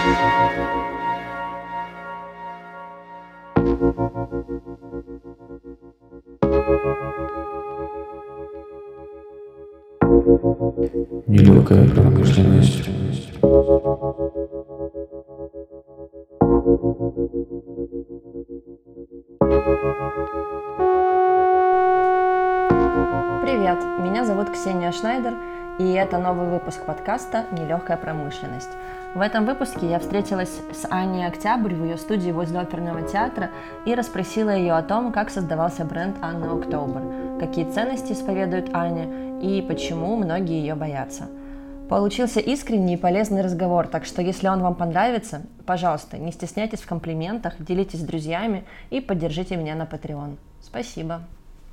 Нелегкая промышленность. Привет, меня зовут Ксения Шнайдер, и это новый выпуск подкаста «Нелегкая промышленность». В этом выпуске я встретилась с Аней Октябрь в ее студии возле оперного театра и расспросила ее о том, как создавался бренд Анна Октобер, какие ценности исповедует Аня и почему многие ее боятся. Получился искренний и полезный разговор, так что если он вам понравится, пожалуйста, не стесняйтесь в комплиментах, делитесь с друзьями и поддержите меня на Patreon. Спасибо.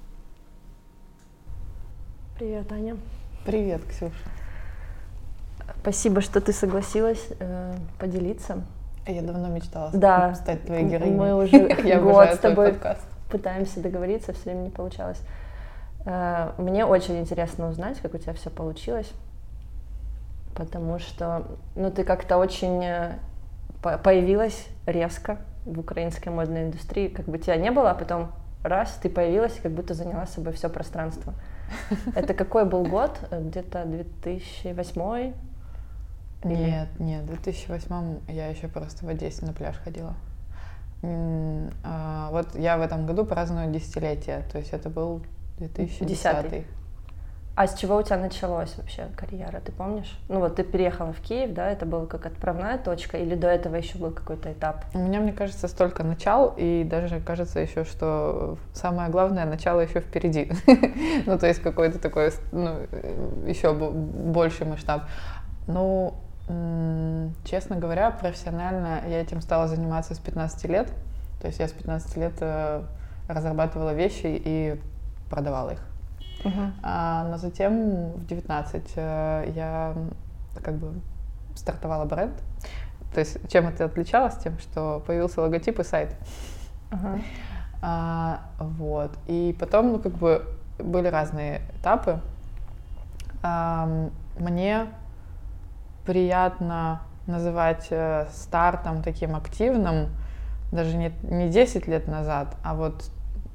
Привет, Аня. Привет, Ксюша. Спасибо, что ты согласилась поделиться. Я давно мечтала стать твоей героиней. Мы уже год с тобой подкаст. Пытаемся договориться, все время не получалось. Мне очень интересно узнать, как у тебя все получилось, потому что ты как-то очень появилась резко в украинской модной индустрии, как бы тебя не было, а потом раз, ты появилась и как будто заняла собой все пространство. Это какой был год? Где-то 2008? Нет, в 2008 я еще просто в Одессе на пляж ходила. Вот я в этом году праздную десятилетие, то есть это был 2010. А с чего у тебя началась вообще карьера, ты помнишь? Ты переехала в Киев, да, это была как отправная точка, или до этого еще был какой-то этап? У меня, мне кажется, столько начал, и даже кажется еще, что самое главное, начало еще впереди. То есть какой-то такой, еще больший масштаб. Честно говоря, профессионально я этим стала заниматься с 15 лет. То есть я с 15 лет разрабатывала вещи и продавала их. Но затем в 19 я стартовала бренд. То есть чем это отличалось? Тем, что появился логотип и сайт. И потом, были разные этапы. Мне приятно называть стартом таким активным даже не 10 лет назад, а вот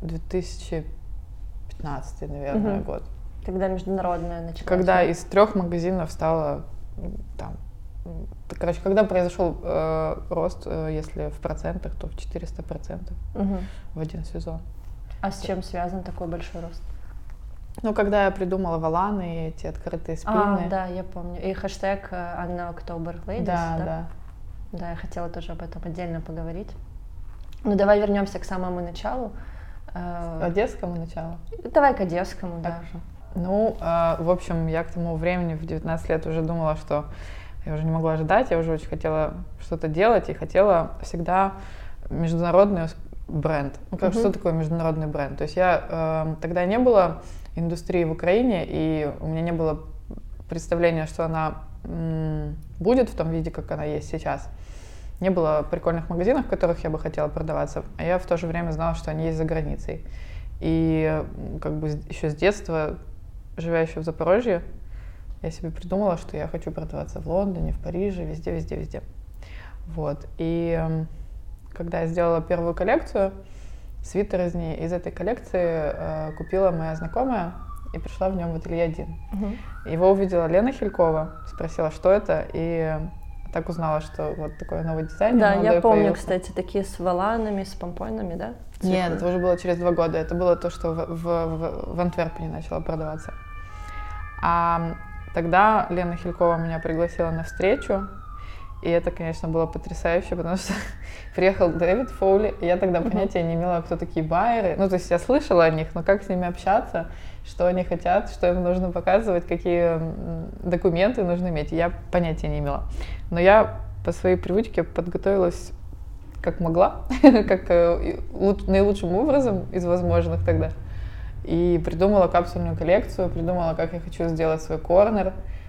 2015, наверное, год. Когда международная началась. Когда из 3 магазинов стало когда произошел рост, если в процентах, то в 400% в один сезон. А с чем связан такой большой рост? Когда я придумала воланы и эти открытые спины. Да, я помню. И хэштег Anna Oktober Ladies, да? Да, я хотела тоже об этом отдельно поговорить. Давай вернемся к самому началу. Одесскому началу? Давай к одесскому, да. В общем, я к тому времени в 19 лет уже думала, что я уже не могла ждать, я уже очень хотела что-то делать и хотела всегда международный бренд. Что такое международный бренд? То есть тогда не было индустрии в Украине, и у меня не было представления, что она будет в том виде, как она есть сейчас. Не было прикольных магазинов, в которых я бы хотела продаваться, а я в то же время знала, что они есть за границей. И еще с детства, живя еще в Запорожье, я себе придумала, что я хочу продаваться в Лондоне, в Париже, везде. И когда я сделала первую коллекцию, свитер из этой коллекции купила моя знакомая и пришла в нем в ателье 1. Его увидела Лена Хилькова, спросила, что это, и так узнала, что вот такой новый дизайн. Да, я помню, кстати, такие с воланами, с помпонами, да? Нет, это уже было через 2 года. Это было то, что в Антверпене начало продаваться. А тогда Лена Хилькова меня пригласила на встречу. И это, конечно, было потрясающе, потому что приехал Дэвид Фоули, и я тогда понятия не имела, кто такие байеры. То есть я слышала о них, но как с ними общаться, что они хотят, что им нужно показывать, какие документы нужно иметь, я понятия не имела. Но я по своей привычке подготовилась как могла, как наилучшим образом из возможных тогда. И придумала капсульную коллекцию, придумала, как я хочу сделать свой корнер.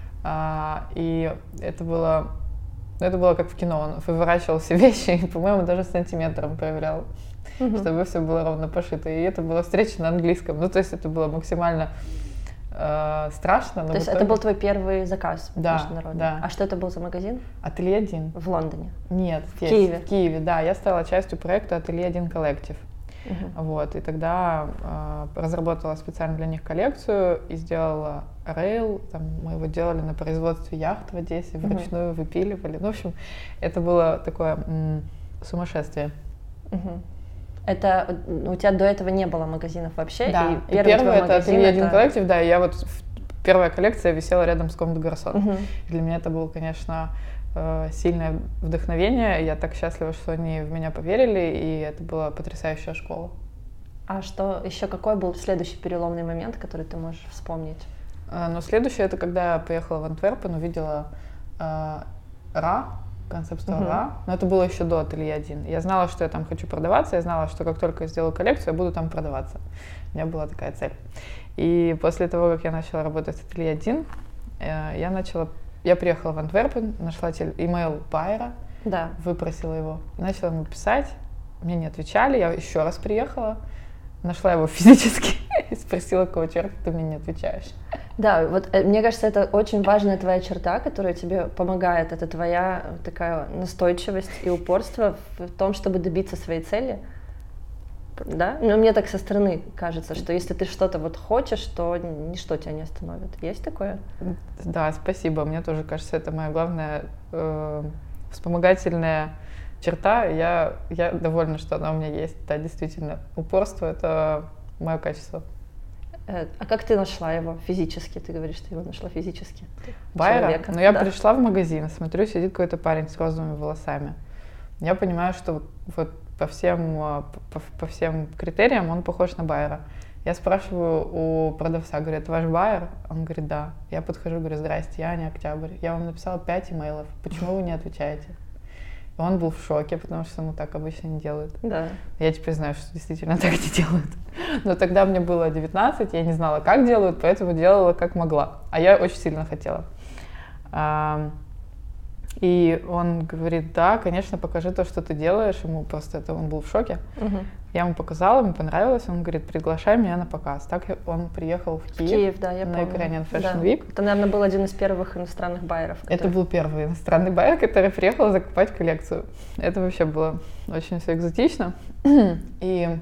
И это было как в кино, он выворачивал все вещи и, по-моему, даже сантиметром проверял, чтобы все было ровно пошито. И это была встреча на английском. То есть это было максимально страшно, но То есть это был твой первый заказ международный? Да. А что это был за магазин? Ателье 1. В Лондоне? Нет, в Киеве. В Киеве, да. Я стала частью проекта Ателье 1 Collective. Вот, и тогда разработала специально для них коллекцию и сделала рейл. Там мы его делали на производстве яхт в Одессе, вручную выпиливали. Ну, в общем, это было такое сумасшествие. Это у тебя до этого не было магазинов вообще? Да, и первый это Ателье 1 Collective, да, и я вот первая коллекция висела рядом с Comme des Garçons. Для меня это было, конечно, сильное вдохновение. Я так счастлива, что они в меня поверили, и это была потрясающая школа. А что еще, какой был следующий переломный момент, который ты можешь вспомнить? Но следующее, это когда я поехала в Антверпен, увидела Ра, концепт-стор Ра, но это было еще до Ателье 1. Я знала, что я там хочу продаваться, я знала, что как только я сделаю коллекцию, я буду там продаваться. У меня была такая цель. И после того, как я начала работать в Ателье 1, я приехала в Антверпен, нашла имейл Байера, выпросила его, начала ему писать, мне не отвечали, я еще раз приехала, нашла его физически и спросила, какого черта ты мне не отвечаешь. Да, вот мне кажется, это очень важная твоя черта, которая тебе помогает. Это твоя такая настойчивость и упорство в том, чтобы добиться своей цели. Да? Но мне так со стороны кажется, что если ты что-то вот хочешь, то ничто тебя не остановит. Есть такое? Да, спасибо. Мне тоже кажется, это моя главная вспомогательная черта. Я довольна, что она у меня есть. Да, действительно, упорство — это мое качество. А как ты нашла его физически? Ты говоришь, что его нашла физически. Байера? Ну, я пришла в магазин, смотрю, сидит какой-то парень с розовыми волосами. Я понимаю, что вот по всем критериям он похож на Байера. Я спрашиваю у продавца, говорю, это ваш Байер? Он говорит, да. Я подхожу, говорю, здрасте, я Аня Октябрь. Я вам написала 5 имейлов, почему вы не отвечаете? И он был в шоке, потому что так обычно не делают. Да. Я теперь знаю, что действительно так не делают. Но тогда мне было 19, я не знала, как делают, поэтому делала как могла. А я очень сильно хотела. И он говорит, да, конечно, покажи то, что ты делаешь. Ему просто он был в шоке. Я ему показала, ему понравилось. Он говорит, приглашай меня на показ. Так он приехал в Киев, да, я на помню. Ukrainian Fashion Week. Это, наверное, был один из первых иностранных байеров. Это был первый иностранный байер, который приехал закупать коллекцию. Это вообще было очень все экзотично. И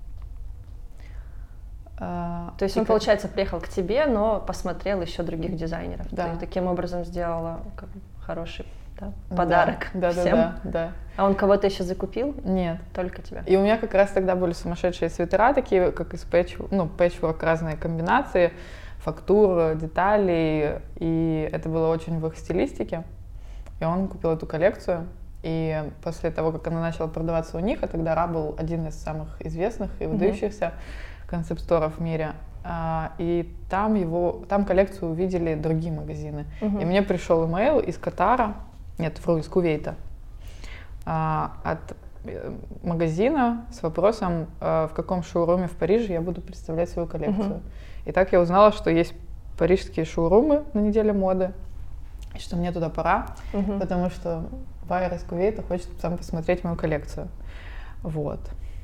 то есть он, получается, приехал к тебе, но посмотрел еще других дизайнеров. Да. Ты таким образом сделала хороший подарок всем. Да. А он кого-то еще закупил? Нет. Только тебя. И у меня как раз тогда были сумасшедшие свитера, такие, как из пэтчворк, разные комбинации, фактур, деталей. И это было очень в их стилистике. И он купил эту коллекцию. И после того, как она начала продаваться у них, а тогда Ра был один из самых известных и выдающихся концепт-сторов в мире. И там коллекцию увидели другие магазины. И мне пришел имейл из Катара, из Кувейта, от магазина с вопросом, в каком шоуруме в Париже я буду представлять свою коллекцию. И так я узнала, что есть парижские шоурумы на неделе моды, и что мне туда пора, потому что Байер из Кувейта хочет сам посмотреть мою коллекцию. Вот.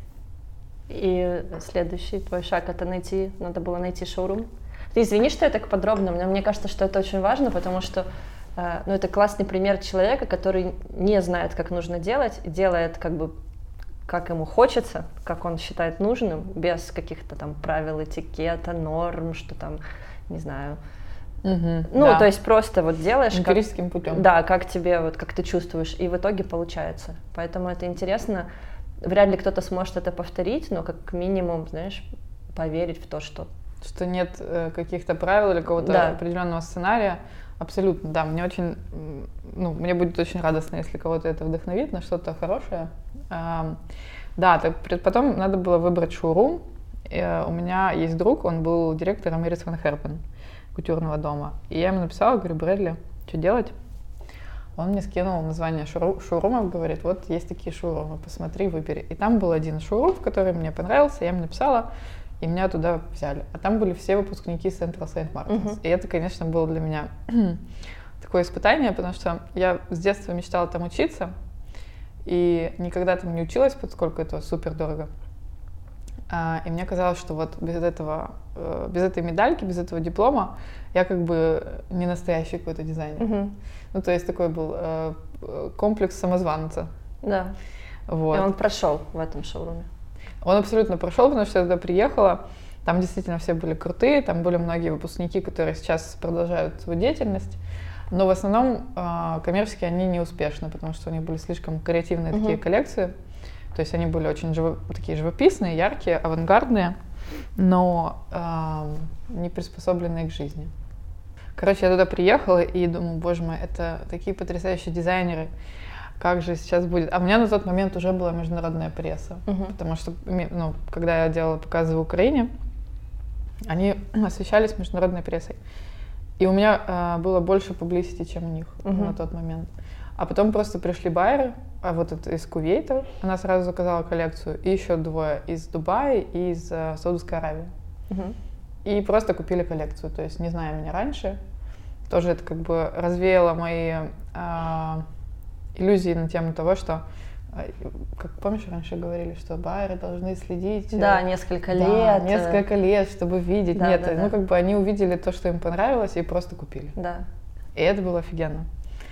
И следующий твой шаг — это надо было найти шоурум. Ты извини, что я так подробно, но мне кажется, что это очень важно, потому что это классный пример человека, который не знает, как нужно делать, и делает как ему хочется, как он считает нужным, без каких-то там правил этикета, норм, что там, не знаю. То есть просто вот делаешь эмпирическим путем. Да, как тебе, как ты чувствуешь, и в итоге получается. Поэтому это интересно. Вряд ли кто-то сможет это повторить, но как минимум, знаешь, поверить в то, что нет каких-то правил или какого-то определенного сценария. Абсолютно, да. Мне будет очень радостно, если кого-то это вдохновит на что-то хорошее. Потом надо было выбрать шоурум. У меня есть друг, он был директором Iris Van Herpen, кутюрного дома. И я ему написала, говорю, Брэдли, что делать? Он мне скинул название шоурумов, говорит, вот есть такие шоурумы, посмотри, выбери. И там был один шоурум, который мне понравился, я ему написала, и меня туда взяли. А там были все выпускники Central Saint Martins. И это, конечно, было для меня такое испытание, потому что я с детства мечтала там учиться, и никогда там не училась, поскольку это супер дорого. И мне казалось, что вот без этой медальки, без этого диплома я как бы не настоящий какой-то дизайнер. Ну, то есть такой был комплекс самозванца. Да. Вот. И он прошел в этом шоуруме. Он абсолютно прошел, потому что я туда приехала. Там действительно все были крутые, там были многие выпускники, которые сейчас продолжают свою деятельность. Но в основном коммерчески они не успешны, потому что у них были слишком креативные такие коллекции. То есть они были очень такие живописные, яркие, авангардные, но не приспособленные к жизни. Короче, я туда приехала и думаю, боже мой, это такие потрясающие дизайнеры, как же сейчас будет. А у меня на тот момент уже была международная пресса, потому что, ну, когда я делала показы в Украине, они освещались международной прессой. И у меня было больше публисити, чем у них на тот момент. А потом просто пришли байеры, а вот это из Кувейта, она сразу заказала коллекцию, и еще двое из Дубая и из Саудовской Аравии. И просто купили коллекцию, то есть не зная меня раньше. Тоже это как бы развеяло мои иллюзии на тему того, что, как помнишь, раньше говорили, что байеры должны следить. Да, несколько лет. Несколько лет, чтобы видеть. Да, Нет, да. ну как бы они увидели то, что им понравилось, и просто купили. Да. И это было офигенно.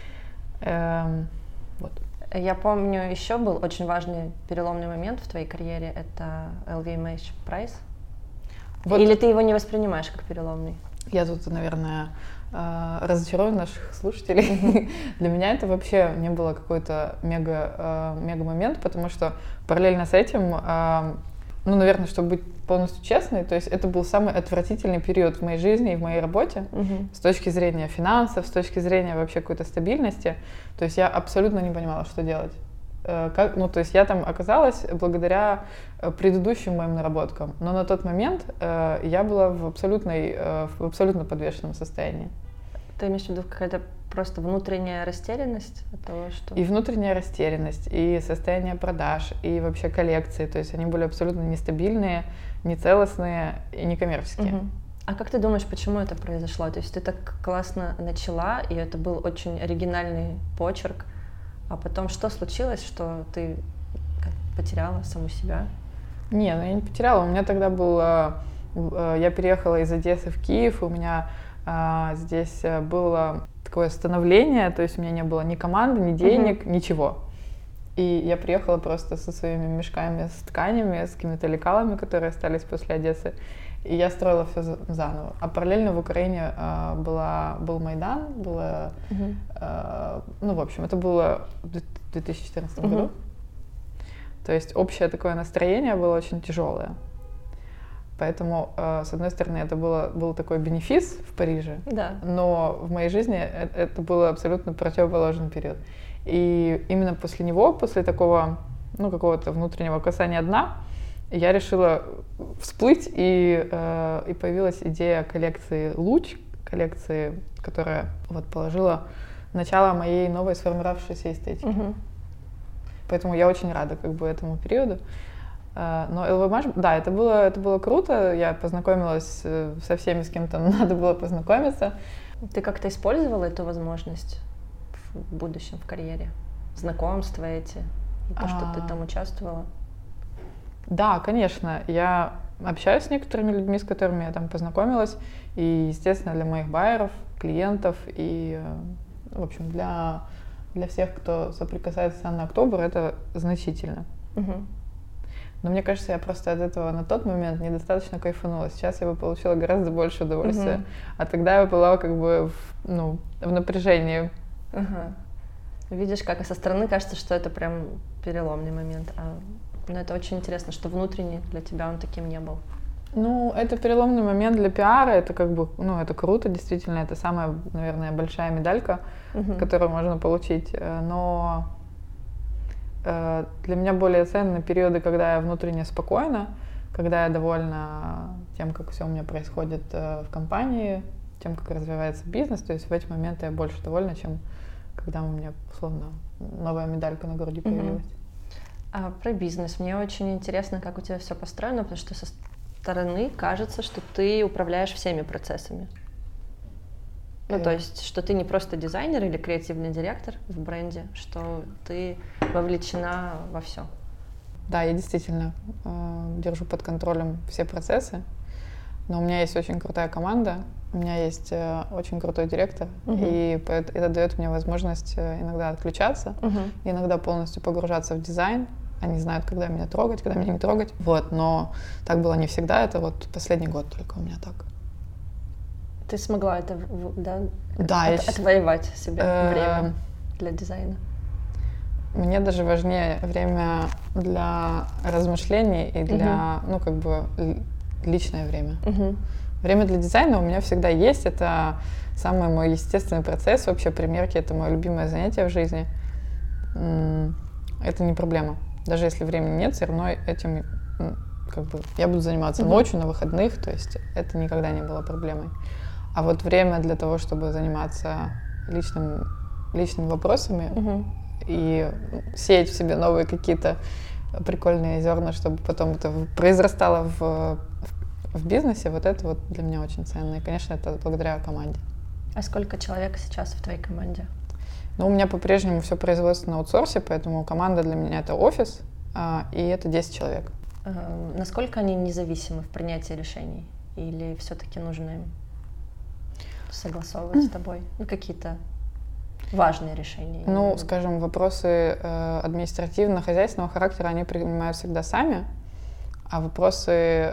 Вот. Я помню, еще был очень важный переломный момент в твоей карьере, это LVMH Prize. Вот. Или ты его не воспринимаешь как переломный? Я тут, наверное, разочарую наших слушателей. Для меня это вообще не было какой-то мега момент, потому что параллельно с этим, ну, наверное, чтобы быть полностью честной, то есть это был самый отвратительный период в моей жизни и в моей работе с точки зрения финансов, с точки зрения вообще какой-то стабильности. То есть я абсолютно не понимала, что делать. Ну, то есть я там оказалась благодаря предыдущим моим наработкам, но на тот момент я была в абсолютно подвешенном состоянии. Ты имеешь в виду какая-то просто внутренняя растерянность от того, что... И внутренняя растерянность, и состояние продаж, и вообще коллекции. То есть они были абсолютно нестабильные, нецелостные и некоммерческие. А как ты думаешь, почему это произошло? То есть ты так классно начала, и это был очень оригинальный почерк, а потом что случилось, что ты потеряла саму себя? Не, ну я не потеряла. У меня тогда было... Я переехала из Одессы в Киев, у меня здесь было такое становление, то есть у меня не было ни команды, ни денег, ничего. И я приехала просто со своими мешками с тканями, с какими-то лекалами, которые остались после Одессы, и я строила все заново. А параллельно в Украине был Майдан, было, ну, в общем, это было в 2014 году. То есть общее такое настроение было очень тяжелое. Поэтому, с одной стороны, это был такой бенефис в Париже, Да. но в моей жизни это был абсолютно противоположный период. И именно после него, после такого, ну, какого-то внутреннего касания дна, я решила всплыть, и появилась идея коллекции «Луч», коллекции, которая вот положила начало моей новой сформировавшейся эстетики. Поэтому я очень рада как бы этому периоду. Но LVMH, да, это было круто, я познакомилась со всеми, с кем-то надо было познакомиться. Ты как-то использовала эту возможность в будущем, в карьере? Знакомства эти, и то, что ты там участвовала? Да, конечно, я общаюсь с некоторыми людьми, с которыми я там познакомилась, и, естественно, для моих байеров, клиентов и, в общем, для всех, кто соприкасается с Анной Октобер, это значительно. Но мне кажется, я просто от этого на тот момент недостаточно кайфанула. Сейчас я бы получила гораздо больше удовольствия. А тогда я была как бы в напряжении. Видишь, как со стороны кажется, что это прям переломный момент. Но это очень интересно, что внутренне для тебя он таким не был. Ну, это переломный момент для пиара. Это как бы, ну, это круто, действительно. Это самая, наверное, большая медалька, которую можно получить. Но для меня более ценны периоды, когда я внутренне спокойна, когда я довольна тем, как все у меня происходит в компании, тем, как развивается бизнес. То есть в эти моменты я больше довольна, чем когда у меня, условно, новая медалька на груди появилась. А про бизнес. Мне очень интересно, как у тебя все построено, потому что со стороны кажется, что ты управляешь всеми процессами. Ну, то есть, что ты не просто дизайнер или креативный директор в бренде, что ты вовлечена во все. Да, я действительно держу под контролем все процессы, но у меня есть очень крутая команда, у меня есть очень крутой директор, и это дает мне возможность иногда отключаться, иногда полностью погружаться в дизайн. Они знают, когда меня трогать, когда меня не трогать. Вот, но так было не всегда, это вот последний год только у меня так. Ты смогла это, да, отвоевать себе время для дизайна? Мне даже важнее время для размышлений и для, ну, как бы, личное время. Время для дизайна у меня всегда есть. Это самый мой естественный процесс. Вообще примерки — это мое любимое занятие в жизни. Это не проблема. Даже если времени нет, все равно этим, как бы, я буду заниматься ночью, на выходных. То есть это никогда не было проблемой. А вот время для того, чтобы заниматься личными вопросами и сеять в себе новые какие-то прикольные зерна, чтобы потом это произрастало в бизнесе, вот это вот для меня очень ценно. И, конечно, это благодаря команде. А сколько человек сейчас в твоей команде? Ну, у меня по-прежнему все производство на аутсорсе, поэтому команда для меня — это офис, и это 10 человек. Насколько они независимы в принятии решений? Или все-таки нужно им согласовывать с тобой? Ну, какие-то важные решения? Ну, скажем, вопросы административно-хозяйственного характера они принимают всегда сами, а вопросы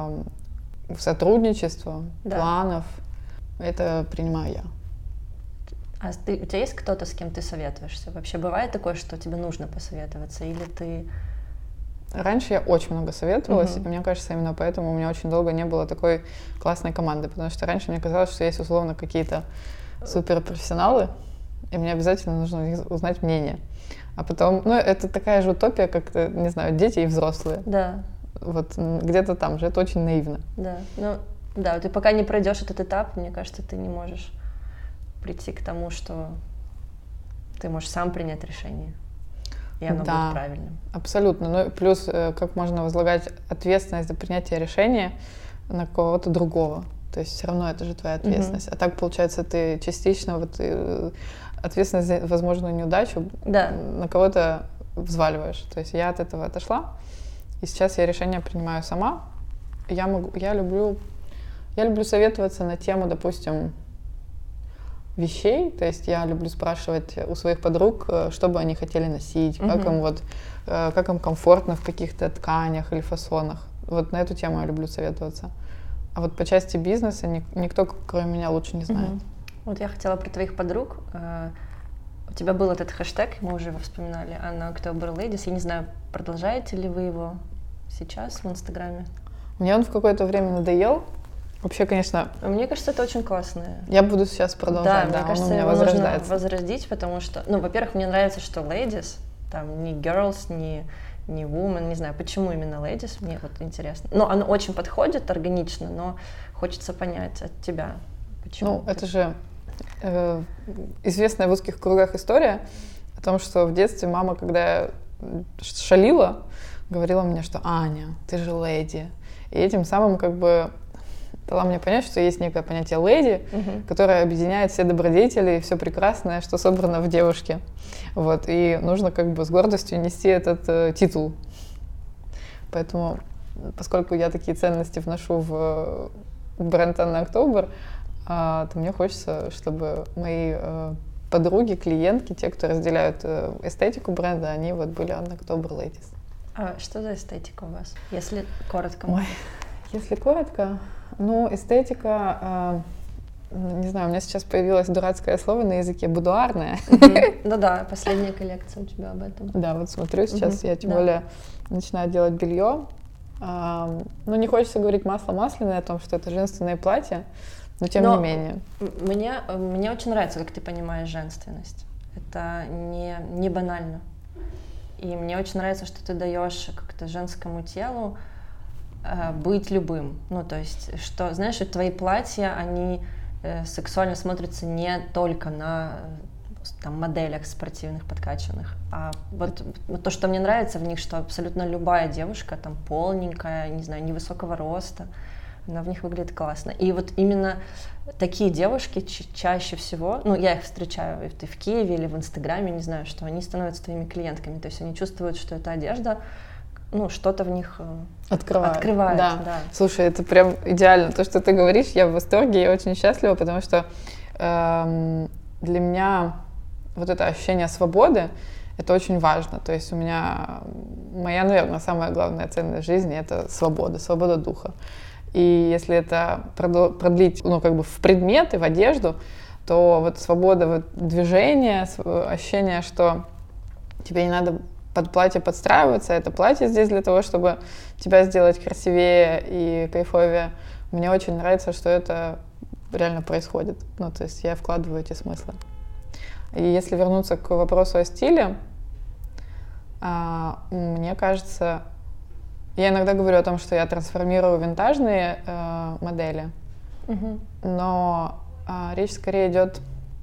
сотрудничества, планов, это принимаю я. А у тебя есть кто-то, с кем ты советуешься? Вообще бывает такое, что тебе нужно посоветоваться, или ты... Раньше я очень много советовалась, и мне кажется, именно поэтому у меня очень долго не было такой классной команды, потому что раньше мне казалось, что есть условно какие-то суперпрофессионалы, и мне обязательно нужно узнать мнение. А потом, ну, это такая же утопия, как, не знаю, дети и взрослые. Да. Вот где-то там же, это очень наивно. Да, ну, да, ты пока не пройдешь этот этап, мне кажется, ты не можешь прийти к тому, что ты можешь сам принять решение, и оно будет правильным. Абсолютно. Ну, плюс, как можно возлагать ответственность за принятие решения на кого-то другого. То есть все равно это же твоя ответственность. А так, получается, ты частично ответственность за возможную неудачу на кого-то взваливаешь. То есть я от этого отошла, и сейчас я решения принимаю сама. Я люблю советоваться на тему, допустим, вещей. То есть я люблю спрашивать у своих подруг, что бы они хотели носить, как им комфортно в каких-то тканях или фасонах. Вот на эту тему я люблю советоваться. А вот по части бизнеса никто, кроме меня, лучше не знает. Вот я хотела про твоих подруг. У тебя был этот хэштег, мы уже его вспоминали, October Ladies. Я не знаю, продолжаете ли вы его сейчас в Инстаграме? Мне он в какое-то время надоел. Вообще, конечно... Мне кажется, это очень классно. Я буду сейчас продолжать, мне кажется, он у меня его возрождается. Нужно возродить, потому что, ну, во-первых, мне нравится, что ladies, там, не girls, не women, не знаю, почему именно ladies, мне вот интересно. Ну, оно очень подходит органично, но хочется понять от тебя, почему. Ну, это же известная в узких кругах история о том, что в детстве мама, когда я шалила, говорила мне, что «Аня, ты же леди». И этим самым как бы дала мне понять, что есть некое понятие леди, которое объединяет все добродетели и все прекрасное, что собрано в девушке. Вот. И нужно как бы с гордостью нести этот титул. Поэтому, поскольку я такие ценности вношу в бренд Anna October, то мне хочется, чтобы мои подруги, клиентки, те, кто разделяют эстетику бренда, они вот были Anna October Ladies. А что за эстетика у вас, если коротко? Ой, если коротко, ну, эстетика, не знаю, у меня сейчас появилось дурацкое слово на языке, будуарное. Ну да, последняя коллекция у тебя об этом. Да, вот смотрю сейчас, я тем более начинаю делать белье. Ну, не хочется говорить масло масляное о том, что это женственное платье, но тем не менее. Мне очень нравится, как ты понимаешь женственность. Это не банально. И мне очень нравится, что ты даешь как-то женскому телу быть любым. Ну, то есть, что, знаешь, твои платья, они сексуально смотрятся не только на там, моделях спортивных, подкачанных, а вот то, что мне нравится в них, что абсолютно любая девушка, там, полненькая, не знаю, невысокого роста, она в них выглядит классно. И вот именно такие девушки чаще всего, ну, я их встречаю и в Киеве или в Инстаграме, не знаю, что они становятся твоими клиентками, то есть они чувствуют, что эта одежда ну, что-то в них Открывает. да. Слушай, это прям идеально. То, что ты говоришь, я в восторге, я очень счастлива, потому что для меня вот это ощущение свободы, это очень важно. То есть моя, наверное, самая главная ценность жизни — это свобода духа. И если это продлить, ну, как бы в предметы, в одежду, то вот свобода вот движения, ощущение, что тебе не надо под платье подстраиваться, это платье здесь для того, чтобы тебя сделать красивее и кайфовее. Мне очень нравится, что это реально происходит. Ну, то есть я вкладываю эти смыслы. И если вернуться к вопросу о стиле, мне кажется, я иногда говорю о том, что я трансформирую винтажные модели, но речь скорее идет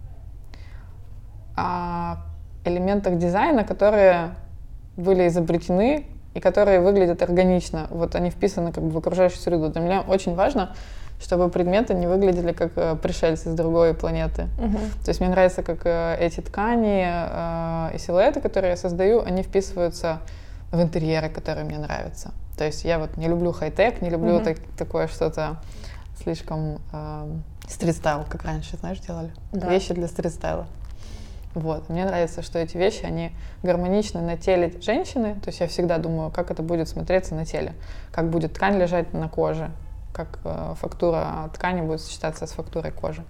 о элементах дизайна, которые были изобретены и которые выглядят органично. Вот они вписаны как бы в окружающую среду. Для меня очень важно, чтобы предметы не выглядели как пришельцы с другой планеты. То есть мне нравится, как эти ткани и силуэты, которые я создаю, они вписываются в интерьеры, которые мне нравятся. То есть я вот не люблю хай-тек, не люблю такое что-то слишком стрит-стайл, как раньше, знаешь, делали. Да. Вещи для стрит-стайла. Вот. Мне нравится, что эти вещи, они гармоничны на теле женщины. То есть я всегда думаю, как это будет смотреться на теле. Как будет ткань лежать на коже. Как фактура ткани будет сочетаться с фактурой кожи.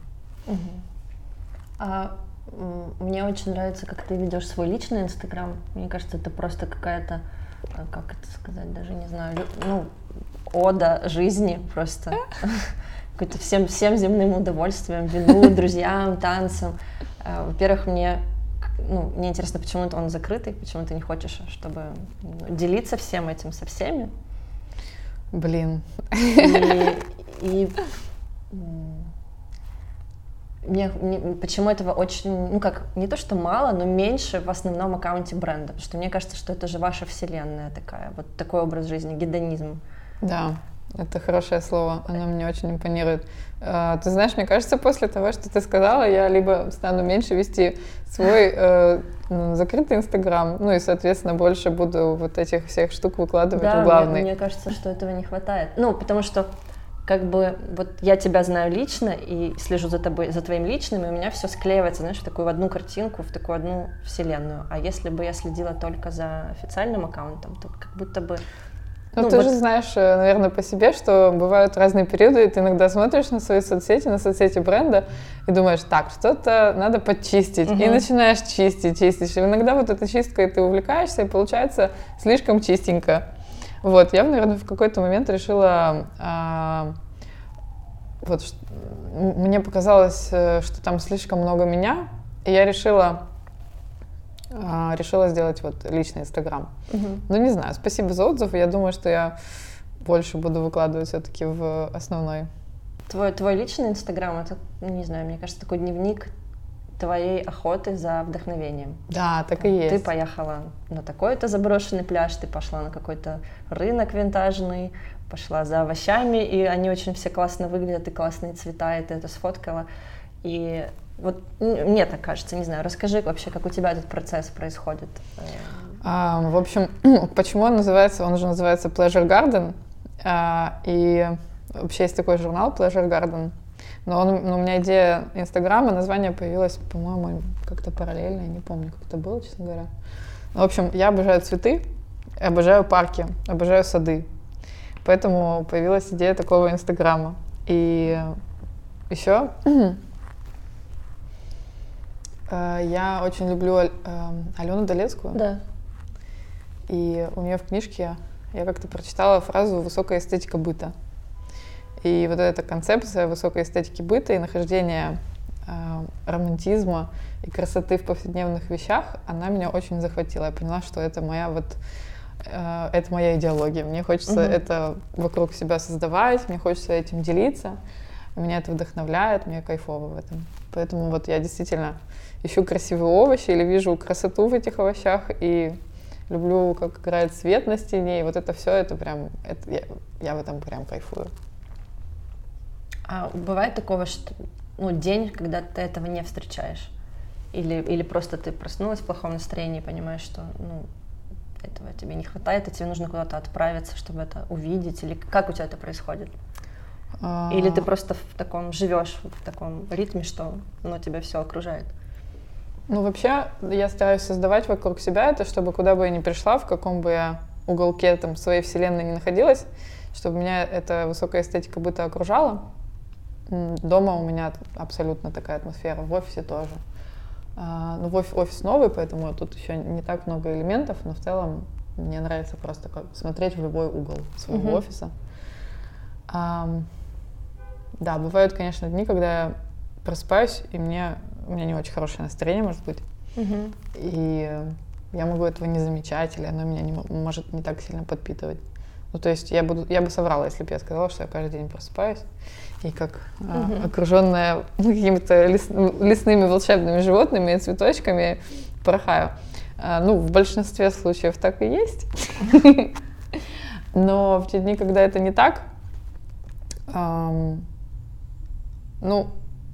Мне очень нравится, как ты ведешь свой личный Инстаграм. Мне кажется, это просто какая-то, как это сказать, даже не знаю, ну, ода жизни просто. Какой-то всем земным удовольствием, вину, друзьям, танцам. Во-первых, мне интересно, почему он закрытый, почему ты не хочешь, чтобы делиться всем этим со всеми. Блин. И почему этого очень, ну как, не то что мало, но меньше в основном аккаунте бренда, потому что мне кажется, что это же ваша вселенная такая, вот такой образ жизни, гедонизм. Да, это хорошее слово, оно мне очень импонирует. Ты знаешь, мне кажется, после того, что ты сказала, я либо стану меньше вести свой закрытый Инстаграм, ну и, соответственно, больше буду вот этих всех штук выкладывать в главный. Мне кажется, что этого не хватает. Ну, потому что как бы вот я тебя знаю лично и слежу за тобой, за твоим личным, и у меня все склеивается, знаешь, в такую одну картинку, в такую одну вселенную. А если бы я следила только за официальным аккаунтом, то как будто бы... Ну, ты же знаешь, наверное, по себе, что бывают разные периоды, и ты иногда смотришь на свои соцсети, на соцсети бренда, и думаешь, так, что-то надо подчистить, и начинаешь чистить. И иногда вот этой чисткой ты увлекаешься, и получается слишком чистенько. Вот, я, наверное, в какой-то момент решила, мне показалось, что там слишком много меня, и я решила сделать вот личный Инстаграм. Ну, не знаю, спасибо за отзывы. Я думаю, что я больше буду выкладывать все-таки в основной. Твой личный Инстаграм, это, не знаю, мне кажется, такой дневник твоей охоты за вдохновением. Да, так и есть. Ты поехала на такой-то заброшенный пляж, ты пошла на какой-то рынок винтажный, пошла за овощами, и они очень все классно выглядят, и классные цвета, и ты это сфоткала. И вот мне так кажется, не знаю, расскажи вообще, как у тебя этот процесс происходит. В общем, почему он же называется Pleasure Garden, и вообще есть такой журнал Pleasure Garden, но у меня идея Инстаграма, название появилось, по-моему, как-то параллельно, я не помню, как это было, честно говоря. В общем, я обожаю цветы, обожаю парки, обожаю сады, поэтому появилась идея такого Инстаграма. И еще я очень люблю Алену Долецкую. Да. И у нее в книжке я как-то прочитала фразу «высокая эстетика быта». И вот эта концепция высокой эстетики быта и нахождения романтизма и красоты в повседневных вещах, она меня очень захватила. Я поняла, что это моя идеология. Мне хочется это вокруг себя создавать, мне хочется этим делиться. Меня это вдохновляет, мне кайфово в этом. Поэтому вот я действительно ищу красивые овощи или вижу красоту в этих овощах и люблю, как играет свет на стене. И вот это все, это прям, я в этом прям кайфую. А бывает такого, что день, когда ты этого не встречаешь? Или просто ты проснулась в плохом настроении и понимаешь, что этого тебе не хватает, и тебе нужно куда-то отправиться, чтобы это увидеть? Или как у тебя это происходит? Или ты просто в таком живешь, в таком ритме, что тебя все окружает? Ну, вообще, я стараюсь создавать вокруг себя это, чтобы куда бы я ни пришла, в каком бы я уголке там своей вселенной не находилась, чтобы меня эта высокая эстетика быта окружала. Дома у меня абсолютно такая атмосфера, в офисе тоже. Ну, офис новый, поэтому тут еще не так много элементов, но в целом мне нравится просто смотреть в любой угол своего офиса. Да, бывают, конечно, дни, когда я просыпаюсь, и у меня не очень хорошее настроение, может быть. И я могу этого не замечать, или оно меня может не так сильно подпитывать. Ну, то есть я бы соврала, если бы я сказала, что я каждый день просыпаюсь, и как окруженная какими-то лесными волшебными животными и цветочками порхаю. Ну, в большинстве случаев так и есть. Но в те дни, когда это не так, ну,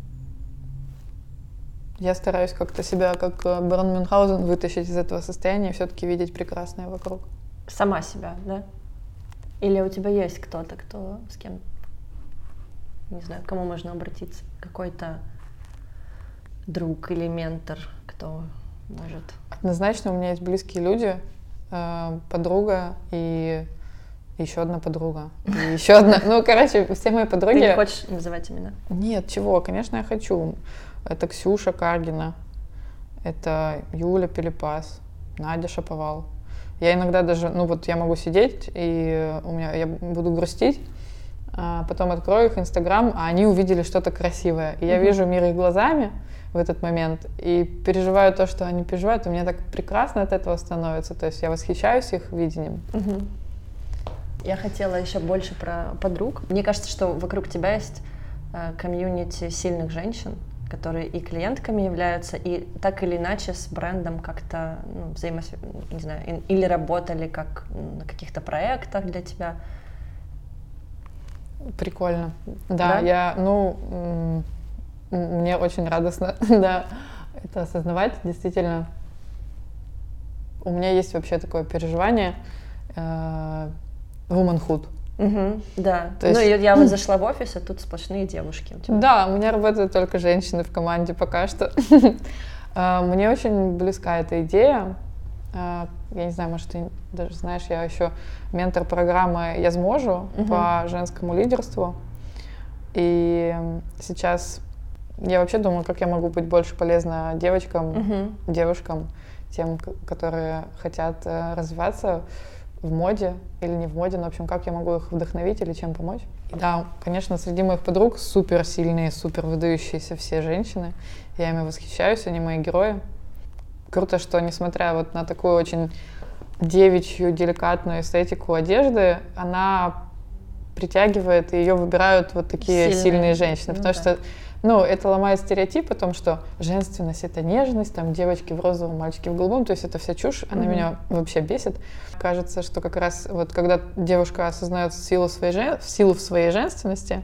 я стараюсь как-то себя, как барон Мюнхгаузен, вытащить из этого состояния и все-таки видеть прекрасное вокруг. Сама себя, да? Или у тебя есть кто-то, с кем, не знаю, к кому можно обратиться? Какой-то друг или ментор, кто может? Однозначно у меня есть близкие люди, подруга и еще одна подруга. И еще одна. Ну, короче, все мои подруги... Ты не хочешь называть имена? Нет, чего, конечно, я хочу. Это Ксюша Каргина, это Юля Пилипас, Надя Шаповал. Я иногда даже, ну вот я могу сидеть, и я буду грустить, а потом открою их Инстаграм, а они увидели что-то красивое. И я вижу мир их глазами в этот момент, и переживаю то, что они переживают, и мне так прекрасно от этого становится. То есть я восхищаюсь их видением. Я хотела еще больше про подруг. Мне кажется, что вокруг тебя есть комьюнити сильных женщин, которые и клиентками являются, и так или иначе с брендом как-то не знаю, или работали как на каких-то проектах для тебя. Прикольно. Да? Мне очень радостно, да, это осознавать. Действительно, у меня есть вообще такое переживание womanhood. Да. То есть... я вот зашла в офис, а тут сплошные девушки. Да, у меня работают только женщины в команде пока что. Мне очень близка эта идея. Я не знаю, может, ты даже знаешь, я еще ментор программы «Я зможу» по женскому лидерству. И сейчас я вообще думаю, как я могу быть больше полезна девочкам, девушкам, тем, которые хотят развиваться в моде или не в моде, но, в общем, как я могу их вдохновить или чем помочь. И да, конечно, среди моих подруг супер сильные, супер выдающиеся все женщины. Я ими восхищаюсь, они мои герои. Круто, что несмотря вот на такую очень девичью, деликатную эстетику одежды, она притягивает, и ее выбирают вот такие сильные женщины. Потому что это ломает стереотип о том, что женственность — это нежность, там девочки в розовом, мальчики в голубом, то есть это вся чушь, она меня вообще бесит. Кажется, что как раз вот когда девушка осознает силу в своей женственности,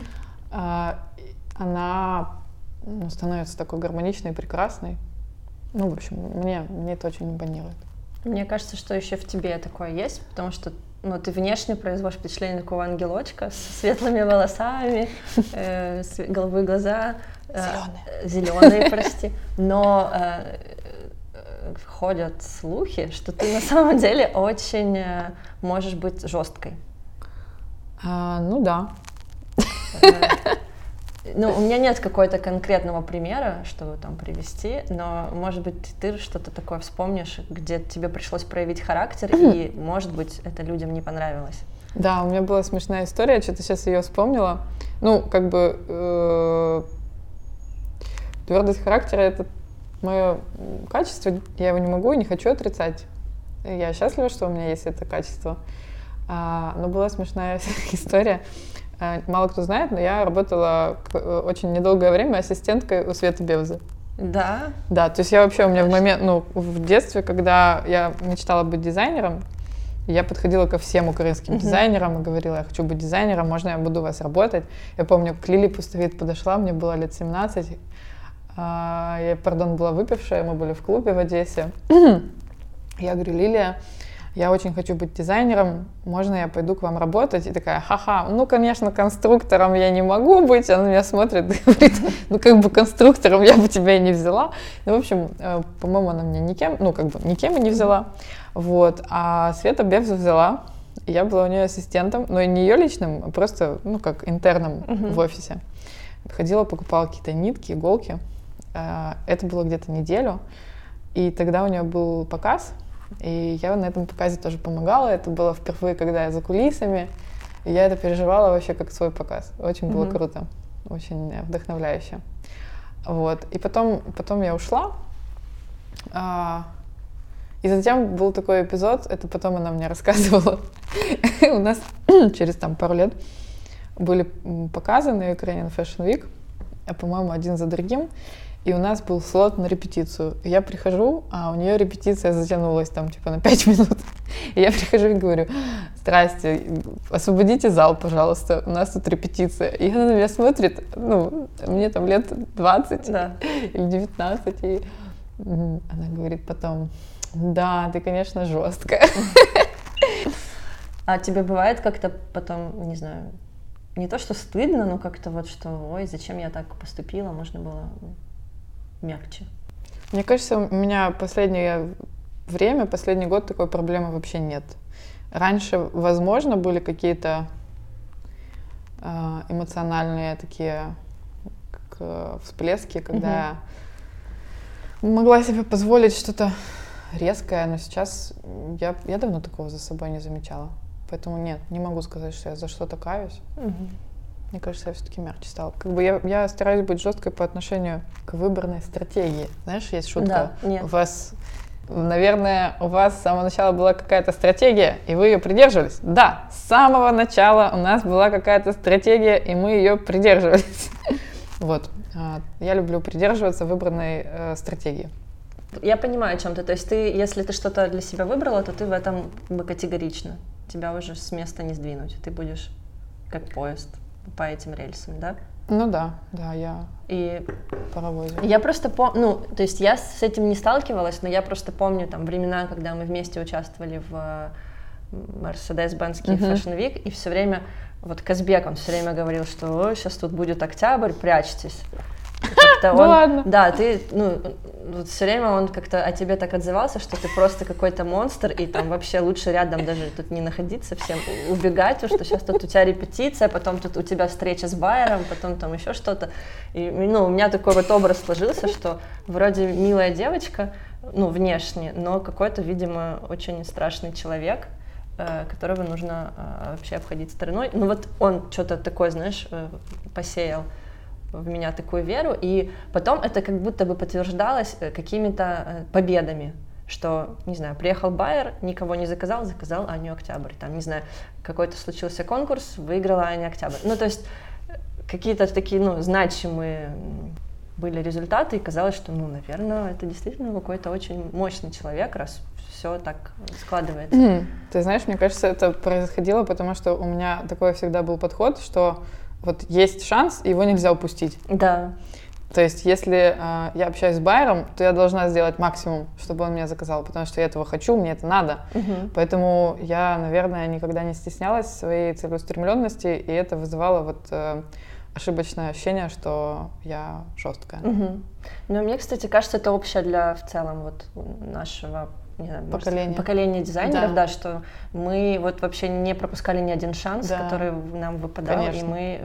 она становится такой гармоничной и прекрасной. Ну, в общем, мне это очень импонирует. Мне кажется, что еще в тебе такое есть, потому что ты внешне производишь впечатление такого ангелочка с светлыми волосами, голубые глаза. Зеленые, прости. Но ходят слухи, что ты на самом деле очень можешь быть жесткой. Ну да. У меня нет какого-то конкретного примера, чтобы там привести, но, может быть, ты что-то такое вспомнишь, где тебе пришлось проявить характер, и, может быть, это людям не понравилось. Да, у меня была смешная история, что-то сейчас ее вспомнила. Твердость характера — это мое качество, я его не могу и не хочу отрицать. Я счастлива, что у меня есть это качество. Но была смешная история. Мало кто знает, но я работала очень недолгое время ассистенткой у Светы Бевзы. Да? Да, то есть у меня в детстве, когда я мечтала быть дизайнером, я подходила ко всем украинским дизайнерам и говорила: я хочу быть дизайнером, можно я буду у вас работать? Я помню, как Лили Пустовит подошла, мне было лет 17, я, была выпившая, мы были в клубе в Одессе. Я говорю: Лилия, я очень хочу быть дизайнером, можно я пойду к вам работать? И такая, ха-ха, ну, конечно, конструктором я не могу быть. Она меня смотрит и говорит, ну, как бы конструктором я бы тебя и не взяла. Ну, в общем, по-моему, она меня никем, ну, как бы никем и не взяла. Вот, а Света Бевзу взяла. И я была у нее ассистентом, но и не ее личным, а просто, ну, как интерном в офисе. Ходила, покупала какие-то нитки, иголки. Это было где-то неделю. И тогда у нее был показ, и я на этом показе тоже помогала. Это было впервые, когда я за кулисами. И я это переживала вообще как свой показ. Очень было круто, очень вдохновляюще. Вот. И потом я ушла. И затем был такой эпизод, это потом она мне рассказывала. У нас через там пару лет были показы на Ukrainian Fashion Week, по-моему, один за другим. И у нас был слот на репетицию. И я прихожу, а у нее репетиция затянулась там типа на 5 минут. И я прихожу и говорю: здрасте, освободите зал, пожалуйста, у нас тут репетиция. И она на меня смотрит, ну, мне там лет 20 или 19. И она говорит потом: да, ты, конечно, жесткая. А тебе бывает как-то потом, не знаю, не то что стыдно, но как-то вот что, ой, зачем я так поступила, можно было мягче? Мне кажется, у меня последнее время, последний год такой проблемы вообще нет. Раньше, возможно, были какие-то эмоциональные такие всплески, когда я могла себе позволить что-то резкое, но сейчас я давно такого за собой не замечала. Поэтому нет, не могу сказать, что я за что-то каюсь. Мне кажется, я все-таки мягче стала. Как бы я стараюсь быть жесткой по отношению к выбранной стратегии. Знаешь, есть шутка. Да, нет. У вас с самого начала была какая-то стратегия, и вы ее придерживались. Да, с самого начала у нас была какая-то стратегия, и мы ее придерживались. Вот. Я люблю придерживаться выбранной стратегии. Я понимаю, о чем ты. То есть ты, если ты что-то для себя выбрала, то ты в этом категорично. Тебя уже с места не сдвинуть. Ты будешь как поезд по этим рельсам, да? Ну да, я паровозик. Я просто помню, то есть я с этим не сталкивалась, но я просто помню там времена, когда мы вместе участвовали в Mercedes-Benz Fashion Week, и все время, вот Казбек, он все время говорил, что сейчас тут будет октябрь, прячьтесь. Ладно. Да, ты, все время он как-то о тебе так отзывался, что ты просто какой-то монстр, и там вообще лучше рядом даже тут не находиться, всем убегать, что сейчас тут у тебя репетиция, потом тут у тебя встреча с байером, потом там еще что-то. И, у меня такой вот образ сложился, что вроде милая девочка, внешне, но какой-то, видимо, очень страшный человек, которого нужно вообще обходить стороной. Вот он что-то такое, знаешь, посеял в меня такую веру, и потом это как будто бы подтверждалось какими-то победами, что, не знаю, приехал байер, никого не заказал Аню Октябрь, там, не знаю, какой-то случился конкурс, выиграла Аня Октябрь. То есть какие-то такие, значимые были результаты, и казалось, что, наверное, это действительно какой-то очень мощный человек, раз все так складывается. Ты знаешь, мне кажется, это происходило, потому что у меня такой всегда был подход, что вот есть шанс, его нельзя упустить. Да. То есть, если я общаюсь с байером, то я должна сделать максимум, чтобы он меня заказал, потому что я этого хочу, мне это надо. Поэтому я, наверное, никогда не стеснялась своей целеустремленности, и это вызывало ошибочное ощущение, что я жесткая. Но мне, кстати, кажется, это общее для в целом нашего поколение дизайнеров, да, что мы вообще не пропускали ни один шанс, который нам выпадал, конечно. И мы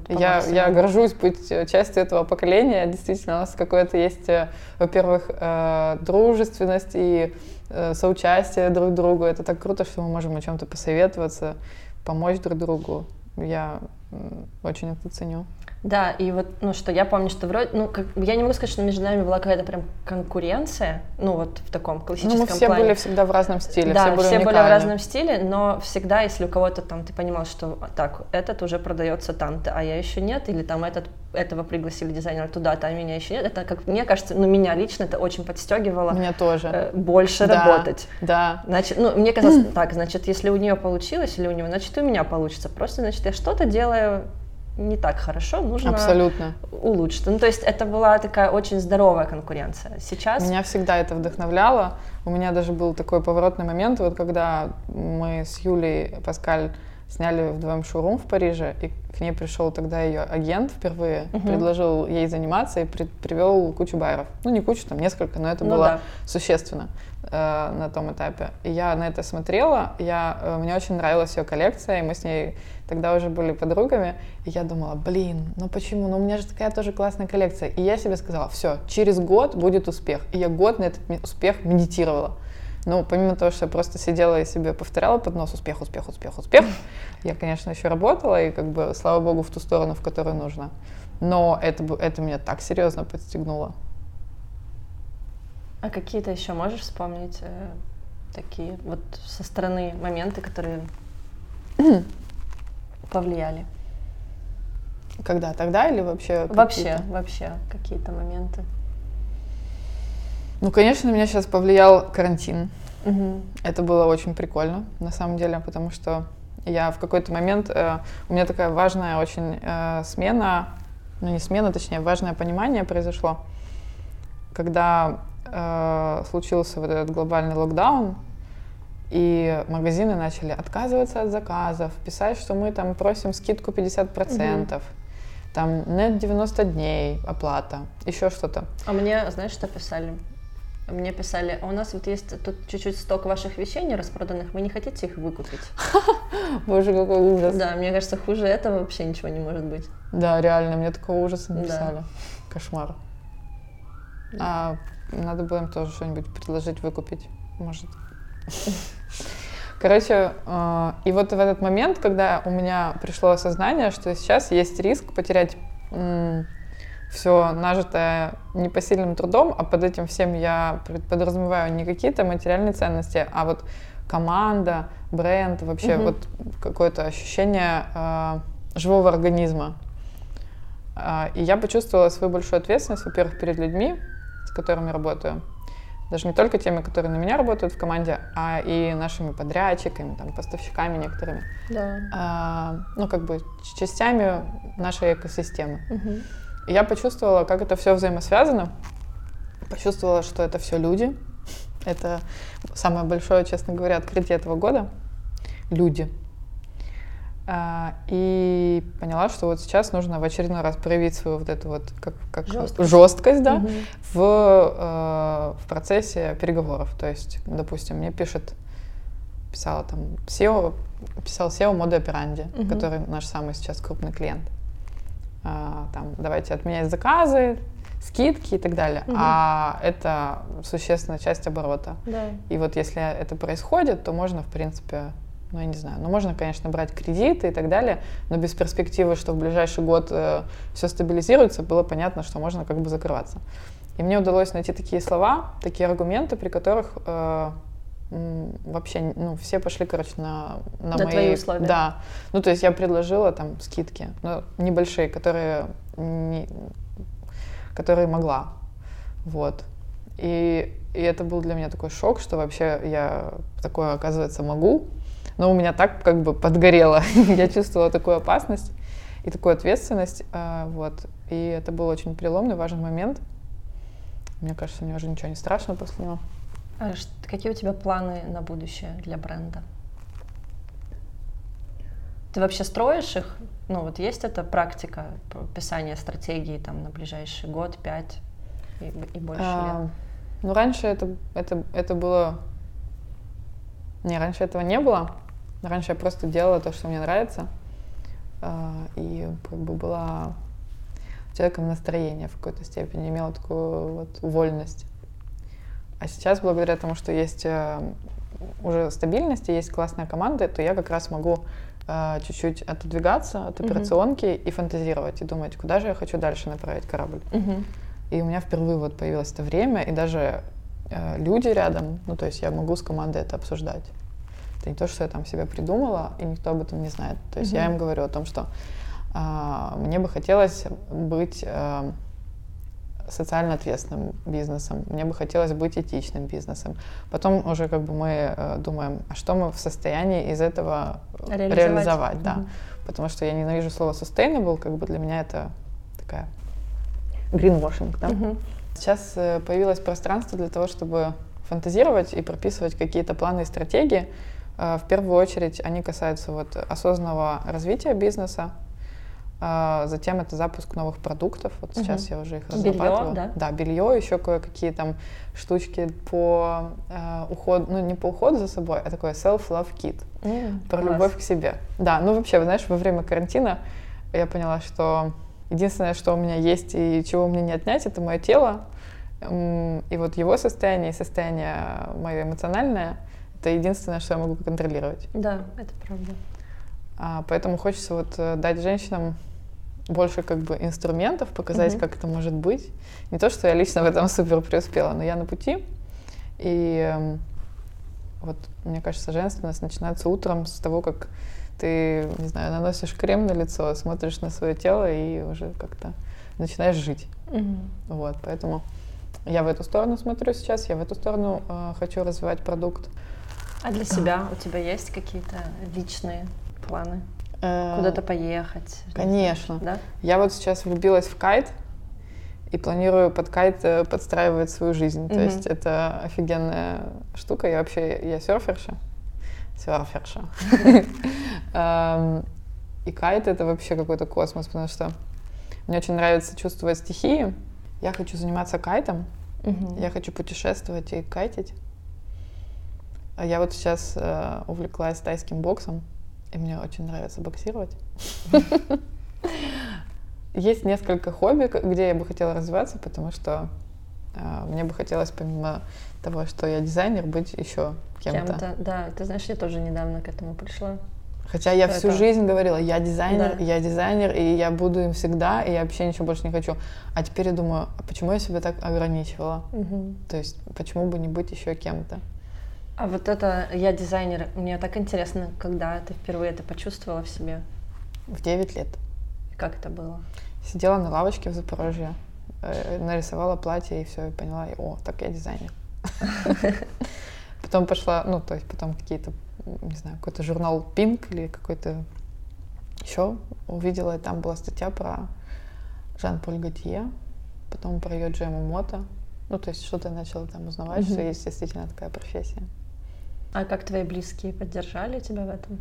я горжусь быть частью этого поколения. Действительно, у нас какое-то есть, во-первых, дружественность и соучастие друг другу. Это так круто, что мы можем о чем-то посоветоваться, помочь друг другу. Я очень это ценю. Да, и что я помню, что вроде, я не могу сказать, что между нами была какая-то прям конкуренция, в таком классическом мы все плане. Были всегда в разном стиле, да, все были в разном стиле, но всегда, если у кого-то там, ты понимал, что так, этот уже продается там-то, а я еще нет, или там этого пригласили дизайнера туда-то, а меня еще нет, это, как мне кажется, меня лично это очень подстегивало. Меня тоже. Больше работать. Да. Значит, мне казалось, так, значит, если у нее получилось, или у него, значит, и у меня получится. Просто, значит, я что-то делаю не так хорошо, нужно Абсолютно. улучшить. Ну, то есть это была такая очень здоровая конкуренция. Сейчас... Меня всегда это вдохновляло. У меня даже был такой поворотный момент, вот когда мы с Юлей Паскаль сняли вдвоем шоурум в Париже, и к ней пришел тогда ее агент впервые, предложил ей заниматься и привел кучу байеров. Ну, не кучу, там несколько, но это было существенно на том этапе. И я на это смотрела, мне очень нравилась ее коллекция, и мы с ней тогда уже были подругами, и я думала, ну почему, ну у меня же такая тоже классная коллекция. И я себе сказала, все, через год будет успех. И я год на этот успех медитировала. Ну, помимо того, что я просто сидела и себе повторяла под нос успех, я, конечно, еще работала, и как бы, слава богу, в ту сторону, в которую нужно. Но это меня так серьезно подстегнуло. А какие-то еще можешь вспомнить такие вот со стороны моменты, которые повлияли? Когда? Тогда или вообще? Вообще какие-то моменты. Ну, конечно, на меня сейчас повлиял карантин. Это было очень прикольно, на самом деле, потому что я в какой-то момент... у меня такая важная очень смена, ну, не смена, точнее, важное понимание произошло, когда случился вот этот глобальный локдаун, и магазины начали отказываться от заказов, писать, что мы там просим скидку 50%, там нет 90 дней оплата, еще что-то. А мне, знаешь, что писали? Мне писали, а у нас вот есть тут чуть-чуть сток ваших вещей не распроданных, вы не хотите их выкупить? Боже, какой ужас. Да, мне кажется, хуже этого вообще ничего не может быть. Да, реально, мне такого ужаса написали. Кошмар. Надо было им тоже что-нибудь предложить выкупить, может. Короче, и вот в этот момент, когда у меня пришло осознание, что сейчас есть риск потерять все нажитое непосильным трудом, а под этим всем я подразумеваю не какие-то материальные ценности, а вот команда, бренд, вообще вот какое-то ощущение живого организма. И я почувствовала свою большую ответственность, во-первых, перед людьми, с которыми работаю, даже не только теми, которые на меня работают в команде, а и нашими подрядчиками, там, поставщиками некоторыми. Да. Ну, как бы частями нашей экосистемы. И я почувствовала, как это все взаимосвязано. Почувствовала, что это все люди. Это самое большое, честно говоря, открытие этого года. Люди. И поняла, что вот сейчас нужно в очередной раз проявить свою вот эту вот как жесткость, да, в процессе переговоров. То есть, допустим, мне писал SEO Мода Операнди, который наш самый сейчас крупный клиент. Там, давайте отменять заказы, скидки и так далее. А это существенная часть оборота. Да. И вот если это происходит, то можно, в принципе, ну, я не знаю, можно, конечно, брать кредиты и так далее, но без перспективы, что в ближайший год все стабилизируется, было понятно, что можно как бы закрываться. И мне удалось найти такие слова, такие аргументы, при которых вообще, ну, все пошли, короче, на мои... твои условия. Да. Ну, то есть я предложила там скидки, но небольшие, которые могла. Вот. И это был для меня такой шок, что вообще я такое, оказывается, могу. Но у меня так как бы подгорело. Я чувствовала такую опасность и такую ответственность. Вот. И это был очень переломный, важный момент. Мне кажется, мне уже ничего не страшно после него. А какие у тебя планы на будущее для бренда? Ты вообще строишь их? Ну вот есть эта практика писания стратегии там на ближайший год, 5 и больше лет? Ну раньше это было... Не, раньше этого не было. Раньше я просто делала то, что мне нравится. И как бы была человеком настроения в какой-то степени, имела такую вот вольность. А сейчас, благодаря тому, что есть уже стабильность и есть классная команда, то я как раз могу чуть-чуть отодвигаться от операционки и фантазировать, и думать, куда же я хочу дальше направить корабль. И у меня впервые вот появилось это время, и даже люди рядом, ну то есть я могу с командой это обсуждать. Это не то, что я там себе придумала, и никто об этом не знает. То есть я им говорю о том, что мне бы хотелось быть социально ответственным бизнесом, мне бы хотелось быть этичным бизнесом. Потом уже как бы мы думаем, а что мы в состоянии из этого реализовать, да. потому что я ненавижу слово sustainable, как бы для меня это такая greenwashing, да? Сейчас появилось пространство для того, чтобы фантазировать и прописывать какие-то планы и стратегии. В первую очередь они касаются вот осознанного развития бизнеса, затем это запуск новых продуктов. Вот сейчас я уже их разрабатываю. Белье, да? Да, белье, еще кое-какие там штучки по уходу, ну не по уходу за собой, а такое self-love kit, про класс. любовь к себе. Да, ну вообще, вы знаешь, во время карантина я поняла, что единственное, что у меня есть и чего мне не отнять, это мое тело. И вот его состояние и состояние мое эмоциональное, это единственное, что я могу контролировать. Да, это правда. Поэтому хочется вот дать женщинам больше как бы инструментов, показать, как это может быть. Не то, что я лично в этом супер преуспела, но я на пути. И вот, мне кажется, женственность начинается утром с того, как ты, не знаю, наносишь крем на лицо, смотришь на свое тело и уже как-то начинаешь жить. Вот, поэтому я в эту сторону смотрю сейчас, я в эту сторону хочу развивать продукт. А для себя у тебя есть какие-то личные планы? Куда-то поехать? Конечно. Да? Я вот сейчас влюбилась в кайт и планирую под кайт подстраивать свою жизнь. То есть это офигенная штука. Я серферша. И кайт — это вообще какой-то космос, потому что мне очень нравится чувствовать стихии. Я хочу заниматься кайтом. Я хочу путешествовать и кайтить. Я вот сейчас увлеклась тайским боксом. И мне очень нравится боксировать. Есть несколько хобби, где я бы хотела развиваться, потому что мне бы хотелось, помимо того, что я дизайнер, быть еще кем-то. Да, ты знаешь, я тоже недавно к этому пришла. Хотя я всю жизнь говорила, я дизайнер, и я буду им всегда, и я вообще ничего больше не хочу. А теперь я думаю, а почему я себя так ограничивала? То есть почему бы не быть еще кем-то? А вот это «я дизайнер», мне так интересно, когда ты впервые это почувствовала в себе? В 9 лет. И как это было? Сидела на лавочке в Запорожье, нарисовала платье и все, и поняла, так я дизайнер. Потом пошла, потом какие-то, не знаю, какой-то журнал Pink или какой-то еще увидела, и там была статья про Жан-Поль Готье, потом про Йоджи Ямамото. То есть что-то я начала там узнавать, что есть действительно такая профессия. А как твои близкие поддержали тебя в этом?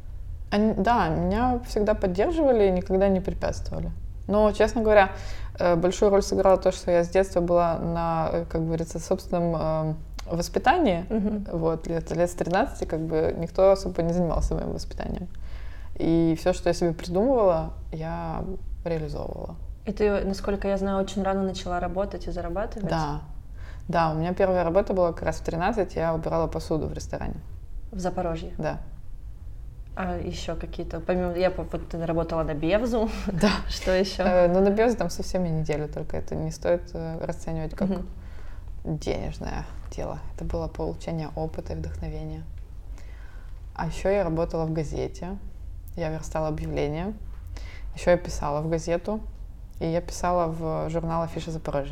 Да, меня всегда поддерживали и никогда не препятствовали. Но, честно говоря, большую роль сыграло то, что я с детства была на, как говорится, собственном воспитании. Вот, лет с 13 как бы никто особо не занимался моим воспитанием. И все, что я себе придумывала, я реализовывала. И ты, насколько я знаю, очень рано начала работать и зарабатывать? Да, у меня первая работа была как раз в 13, я убирала посуду в ресторане. В Запорожье? Да. А еще какие-то, помимо, ты работала на Бевзу, да. Что еще? На Бевзе там совсем я неделю, только это не стоит расценивать как денежное дело. Это было получение опыта и вдохновения. А еще я работала в газете, я верстала объявления, еще я писала в газету, и я писала в журнал «Афиша Запорожья».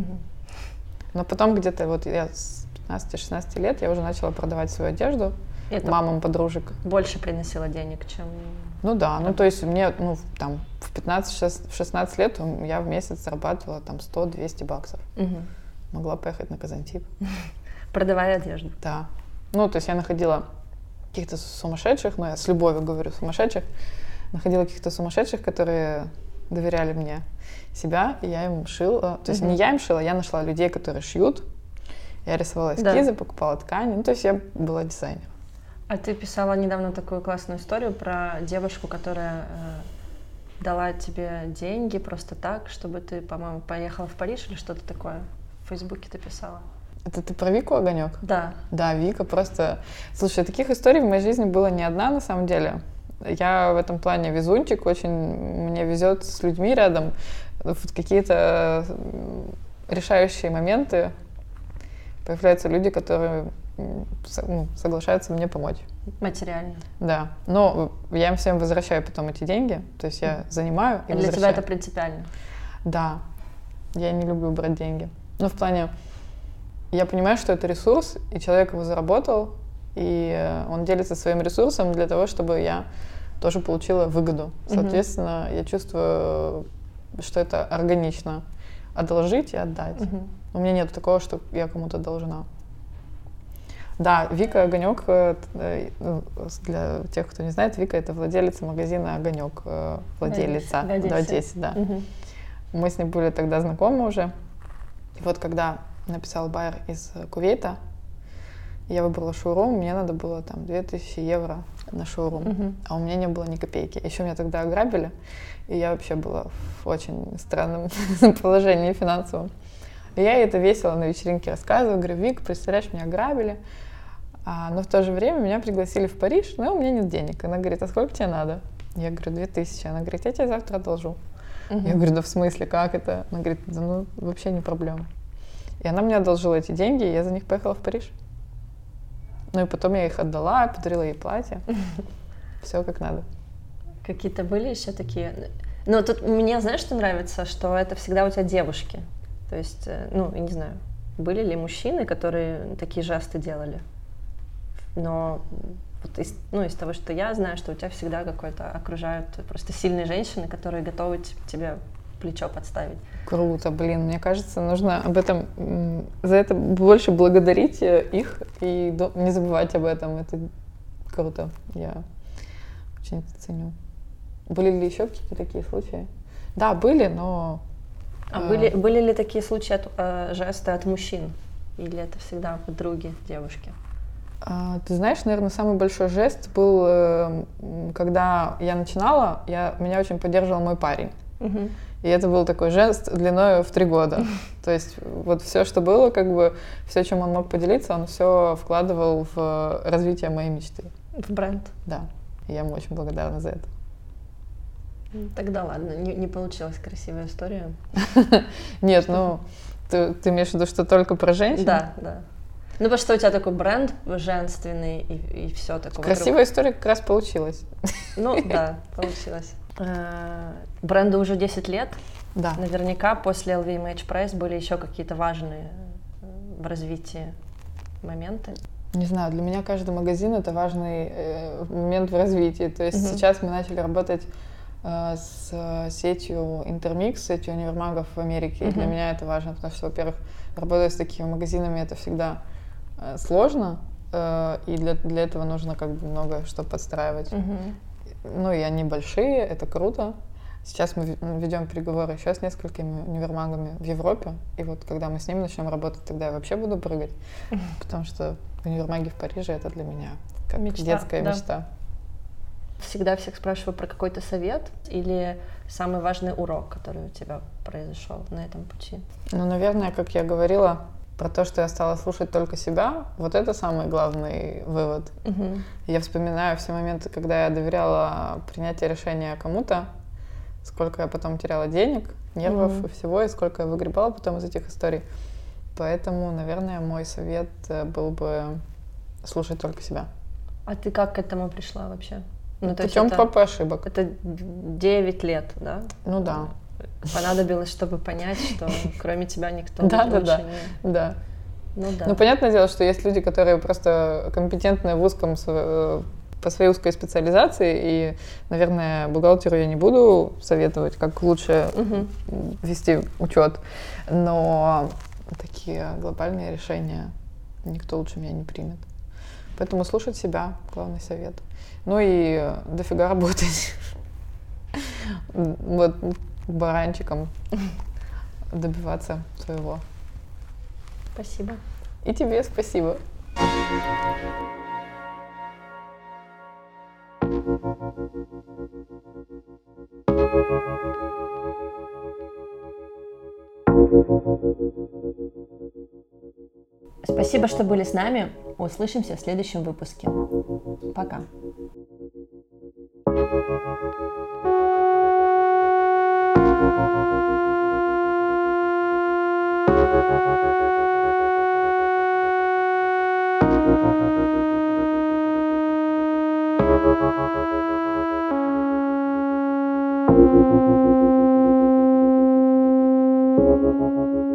Но потом где-то вот я с 15-16 лет я уже начала продавать свою одежду мамам подружек. Больше приносила денег, чем... То есть мне, там, в 15-16 лет я в месяц зарабатывала там 100-200 баксов. Могла поехать на Казантип. Продавая одежду. Да. То есть я находила каких-то сумасшедших, я с любовью говорю сумасшедших, находила каких-то сумасшедших, которые доверяли мне себя, и я им шила. То есть не я им шила, я нашла людей, которые шьют. Я рисовала эскизы, покупала ткани. То есть я была дизайнером. А ты писала недавно такую классную историю про девушку, которая дала тебе деньги просто так, чтобы ты, по-моему, поехала в Париж или что-то такое. В Фейсбуке ты писала. Это ты про Вику Огонек? Да. Да, Вика просто... Слушай, таких историй в моей жизни было не одна, на самом деле. Я в этом плане везунчик, очень мне везет с людьми рядом. В какие-то решающие моменты появляются люди, которые соглашаются мне помочь. Материально. Да. Но я им всем возвращаю потом эти деньги. То есть я занимаю и возвращаю. Для тебя это принципиально? Да. Я не люблю брать деньги. В плане, я понимаю, что это ресурс, и человек его заработал, и он делится своим ресурсом для того, чтобы я тоже получила выгоду. Соответственно, я чувствую, что это органично. Одолжить и отдать. У меня нет такого, что я кому-то должна. Да, Вика Огонек, для тех, кто не знает, Вика — это владелица магазина Огонек, владелица в Одессе, да. Мы с ней были тогда знакомы уже. И вот когда написал байер из Кувейта, я выбрала шоурум, мне надо было там 2000 евро на шоурум, а у меня не было ни копейки. Еще меня тогда ограбили, и я вообще была в очень странном положении финансовом. И я ей это весело на вечеринке рассказываю, говорю: Вик, представляешь, меня ограбили, но в то же время меня пригласили в Париж, но у меня нет денег. Она говорит: а сколько тебе надо? Я говорю: 2000. Она говорит: я тебе завтра одолжу. Я говорю: да в смысле, как это? Она говорит: да ну вообще не проблема. И она мне одолжила эти деньги, и я за них поехала в Париж. Ну и потом я их отдала, подарила ей платье. Все как надо. Какие-то были еще такие... Ну, тут мне, знаешь, что нравится? Что это всегда у тебя девушки. То есть, ну, я не знаю, были ли мужчины, которые такие жесты делали? Но вот из того, что я знаю, что у тебя всегда какой-то окружают просто сильные женщины, которые готовы тебе плечо подставить. Круто, блин. Мне кажется, нужно об этом, за это больше благодарить их и не забывать об этом. Это круто. Я очень это ценю. Были ли еще какие-то такие случаи? Да, были, но... Были ли такие случаи, жесты от мужчин? Или это всегда подруги, девушки? Ты знаешь, наверное, самый большой жест был, когда я начинала, меня очень поддерживал мой парень. И это был такой жест длиной в 3 года. То есть вот все, что было, как бы, все, чем он мог поделиться, он все вкладывал в развитие моей мечты. В бренд? Да. И я ему очень благодарна за это. Тогда ладно, не получилась красивая история. Нет, ну, ты имеешь в виду, что только про женщин? Да. Ну, потому что у тебя такой бренд женственный и все такое. Красивая история как раз получилась. Ну, да, получилось. Бренду уже 10 лет. Да. Наверняка после LVMH Press были еще какие-то важные в развитии моменты. Не знаю, для меня каждый магазин — это важный момент в развитии. То есть сейчас мы начали работать с сетью Intermix, сетью универмагов в Америке. И для меня это важно, потому что, во-первых, работать с такими магазинами — это всегда сложно, и для этого нужно как бы много что подстраивать. Ну и они большие, это круто. Сейчас мы ведем переговоры еще с несколькими универмагами в Европе, и вот когда мы с ними начнем работать, тогда я вообще буду прыгать, потому что универмаги в Париже — это для меня как детская мечта. Всегда всех спрашиваю про какой-то совет или самый важный урок, который у тебя произошел на этом пути? Ну, наверное, как я говорила, про то, что я стала слушать только себя, вот это самый главный вывод. Я вспоминаю все моменты, когда я доверяла принятие решения кому-то, сколько я потом теряла денег, нервов и всего, и сколько я выгребала потом из этих историй. Поэтому, наверное, мой совет был бы слушать только себя. А ты как к этому пришла вообще? Ну, путем проб и ошибок. Это 9 лет, да? Ну да. Понадобилось, чтобы понять, что кроме тебя никто да, больше да, не... Да. Ну да. Ну, понятное дело, что есть люди, которые просто компетентны в узком, по своей узкой специализации, и, наверное, бухгалтеру я не буду советовать, как лучше вести учет, но такие глобальные решения никто лучше меня не примет. Поэтому слушать себя — главный совет. Ну и дофига работать. Вот баранчиком добиваться своего. Спасибо. И тебе спасибо. Спасибо, что были с нами. Услышимся в следующем выпуске. Пока. Thank you.